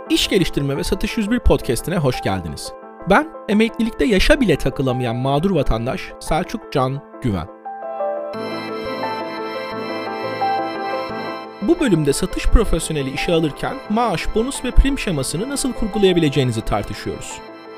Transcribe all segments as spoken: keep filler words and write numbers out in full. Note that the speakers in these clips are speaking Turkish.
İş Geliştirme ve Satış yüz bir Podcast'ine hoş geldiniz. Ben, emeklilikte yaşa bile takılamayan mağdur vatandaş Selçuk Can Güven. Bu bölümde satış profesyoneli işe alırken maaş, bonus ve prim şemasını nasıl kurgulayabileceğinizi tartışıyoruz.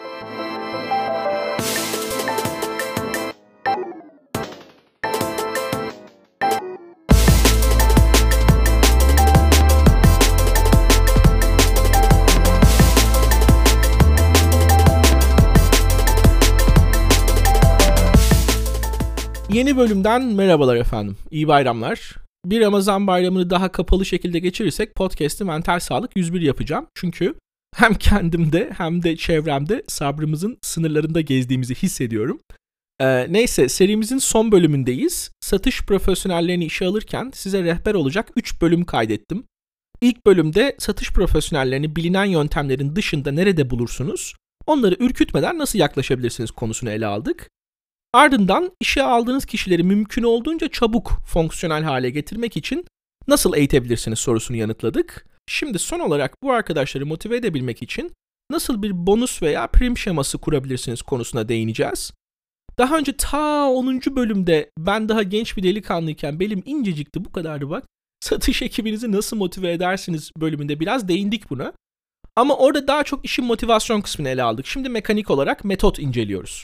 Yeni bölümden merhabalar efendim. İyi bayramlar. Bir Ramazan bayramını daha kapalı şekilde geçirirsek podcast'i Mental Sağlık yüz bir yapacağım. Çünkü hem kendimde hem de çevremde sabrımızın sınırlarında gezdiğimizi hissediyorum. Ee, neyse serimizin son bölümündeyiz. Satış profesyonellerini işe alırken size rehber olacak üç bölüm kaydettim. İlk bölümde satış profesyonellerini bilinen yöntemlerin dışında nerede bulursunuz? Onları ürkütmeden nasıl yaklaşabilirsiniz konusunu ele aldık. Ardından işe aldığınız kişileri mümkün olduğunca çabuk fonksiyonel hale getirmek için nasıl eğitebilirsiniz sorusunu yanıtladık. Şimdi son olarak bu arkadaşları motive edebilmek için nasıl bir bonus veya prim şeması kurabilirsiniz konusuna değineceğiz. Daha önce ta onuncu bölümde ben daha genç bir delikanlıyken belim incecikti bu kadardı bak. Satış ekibinizi nasıl motive edersiniz bölümünde biraz değindik buna. Ama orada daha çok işin motivasyon kısmını ele aldık. Şimdi mekanik olarak metot inceliyoruz.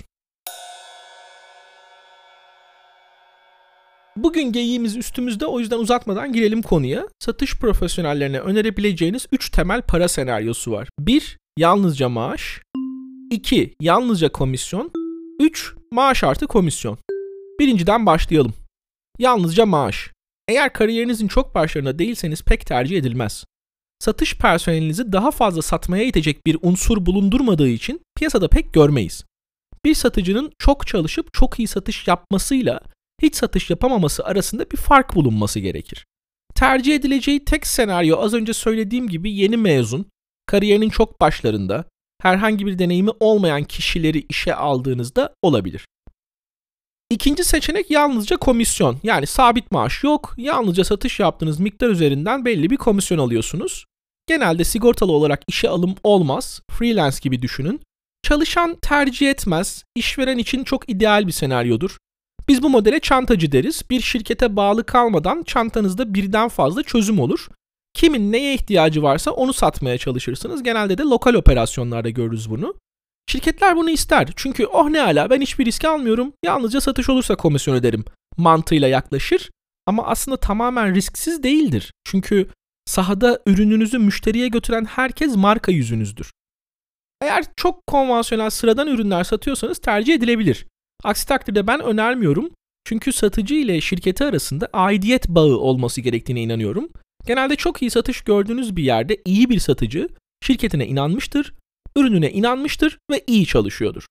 Bugün geyiğimiz üstümüzde, o yüzden uzatmadan girelim konuya. Satış profesyonellerine önerebileceğiniz üç temel para senaryosu var. bir Yalnızca maaş. iki Yalnızca komisyon. üç Maaş artı komisyon. Birinciden başlayalım. Yalnızca maaş. Eğer kariyerinizin çok başlarında değilseniz pek tercih edilmez. Satış personelinizi daha fazla satmaya itecek bir unsur bulundurmadığı için piyasada pek görmeyiz. Bir satıcının çok çalışıp çok iyi satış yapmasıyla hiç satış yapamaması arasında bir fark bulunması gerekir. Tercih edileceği tek senaryo az önce söylediğim gibi yeni mezun, kariyerinin çok başlarında, herhangi bir deneyimi olmayan kişileri işe aldığınızda olabilir. İkinci seçenek yalnızca komisyon, yani sabit maaş yok, yalnızca satış yaptığınız miktar üzerinden belli bir komisyon alıyorsunuz. Genelde sigortalı olarak işe alım olmaz, freelance gibi düşünün. Çalışan tercih etmez, işveren için çok ideal bir senaryodur. Biz bu modele çantacı deriz. Bir şirkete bağlı kalmadan çantanızda birden fazla çözüm olur. Kimin neye ihtiyacı varsa onu satmaya çalışırsınız. Genelde de lokal operasyonlarda görürüz bunu. Şirketler bunu ister. Çünkü oh ne ala ben hiçbir risk almıyorum. Yalnızca satış olursa komisyon öderim mantığıyla yaklaşır. Ama aslında tamamen risksiz değildir. Çünkü sahada ürününüzü müşteriye götüren herkes marka yüzünüzdür. Eğer çok konvansiyonel sıradan ürünler satıyorsanız tercih edilebilir. Aksi takdirde ben önermiyorum. Çünkü satıcı ile şirketi arasında aidiyet bağı olması gerektiğine inanıyorum. Genelde çok iyi satış gördüğünüz bir yerde iyi bir satıcı şirketine inanmıştır, ürününe inanmıştır ve iyi çalışıyordur.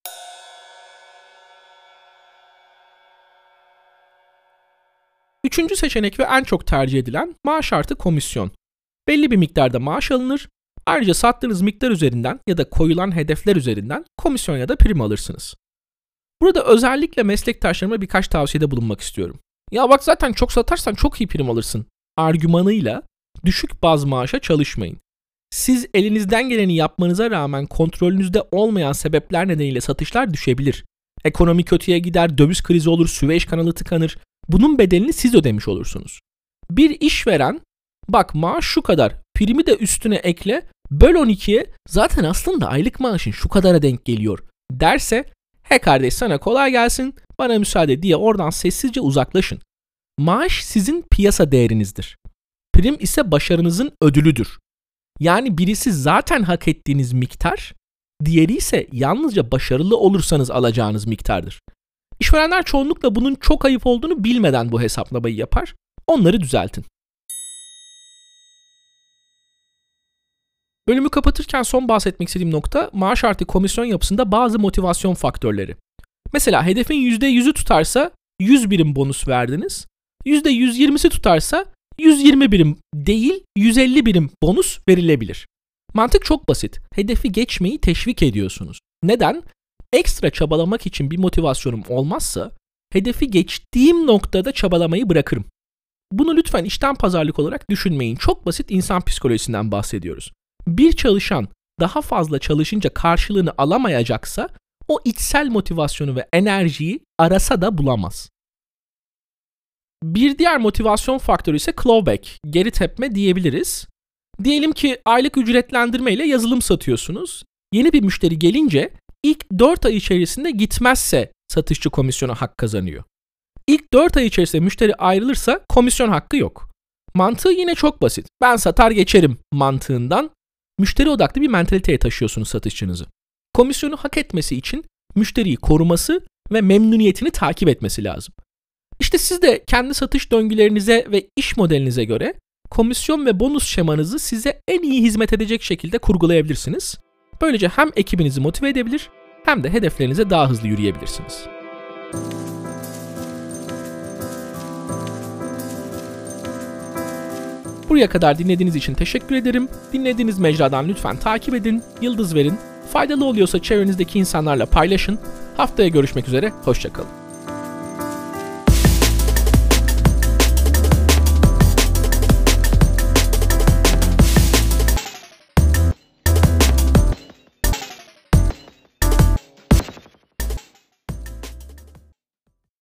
Üçüncü seçenek ve en çok tercih edilen maaş artı komisyon. Belli bir miktarda maaş alınır, ayrıca sattığınız miktar üzerinden ya da koyulan hedefler üzerinden komisyon ya da prim alırsınız. Burada özellikle meslektaşlarıma birkaç tavsiyede bulunmak istiyorum. Ya bak zaten çok satarsan çok iyi prim alırsın argümanıyla düşük baz maaşa çalışmayın. Siz elinizden geleni yapmanıza rağmen kontrolünüzde olmayan sebepler nedeniyle satışlar düşebilir. Ekonomi kötüye gider, döviz krizi olur, Süveyş kanalı tıkanır. Bunun bedelini siz ödemiş olursunuz. Bir işveren bak maaş şu kadar, primi de üstüne ekle, böl on ikiye zaten aslında aylık maaşın şu kadara denk geliyor derse he kardeş sana kolay gelsin, bana müsaade diye oradan sessizce uzaklaşın. Maaş sizin piyasa değerinizdir. Prim ise başarınızın ödülüdür. Yani birisi zaten hak ettiğiniz miktar, diğeri ise yalnızca başarılı olursanız alacağınız miktardır. İşverenler çoğunlukla bunun çok ayıp olduğunu bilmeden bu hesaplamayı yapar. Onları düzeltin. Bölümü kapatırken son bahsetmek istediğim nokta maaş artı komisyon yapısında bazı motivasyon faktörleri. Mesela hedefin yüzde yüzü tutarsa yüz birim bonus verdiniz. yüzde yüz yirmisi tutarsa yüz yirmi birim değil yüz elli birim bonus verilebilir. Mantık çok basit. Hedefi geçmeyi teşvik ediyorsunuz. Neden? Ekstra çabalamak için bir motivasyonum olmazsa hedefi geçtiğim noktada çabalamayı bırakırım. Bunu lütfen işten pazarlık olarak düşünmeyin. Çok basit insan psikolojisinden bahsediyoruz. Bir çalışan daha fazla çalışınca karşılığını alamayacaksa o içsel motivasyonu ve enerjiyi arasa da bulamaz. Bir diğer motivasyon faktörü ise clawback, geri tepme diyebiliriz. Diyelim ki aylık ücretlendirme ile yazılım satıyorsunuz. Yeni bir müşteri gelince ilk dört ay içerisinde gitmezse satışçı komisyona hak kazanıyor. İlk dört ay içerisinde müşteri ayrılırsa komisyon hakkı yok. Mantığı yine çok basit. Ben satar geçerim mantığından müşteri odaklı bir mentaliteye taşıyorsunuz satışçınızı. Komisyonu hak etmesi için müşteriyi koruması ve memnuniyetini takip etmesi lazım. İşte siz de kendi satış döngülerinize ve iş modelinize göre komisyon ve bonus şemanızı size en iyi hizmet edecek şekilde kurgulayabilirsiniz. Böylece hem ekibinizi motive edebilir hem de hedeflerinize daha hızlı yürüyebilirsiniz. Buraya kadar dinlediğiniz için teşekkür ederim. Dinlediğiniz mecradan lütfen takip edin, yıldız verin. Faydalı oluyorsa çevrenizdeki insanlarla paylaşın. Haftaya görüşmek üzere, hoşça kalın.